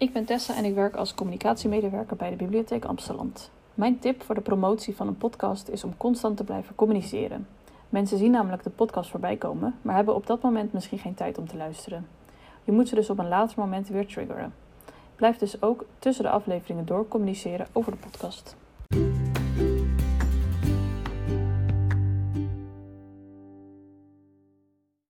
Ik ben Tessa en ik werk als communicatiemedewerker bij de Bibliotheek Amsteland. Mijn tip voor de promotie van een podcast is om constant te blijven communiceren. Mensen zien namelijk de podcast voorbij komen, maar hebben op dat moment misschien geen tijd om te luisteren. Je moet ze dus op een later moment weer triggeren. Blijf dus ook tussen de afleveringen door communiceren over de podcast.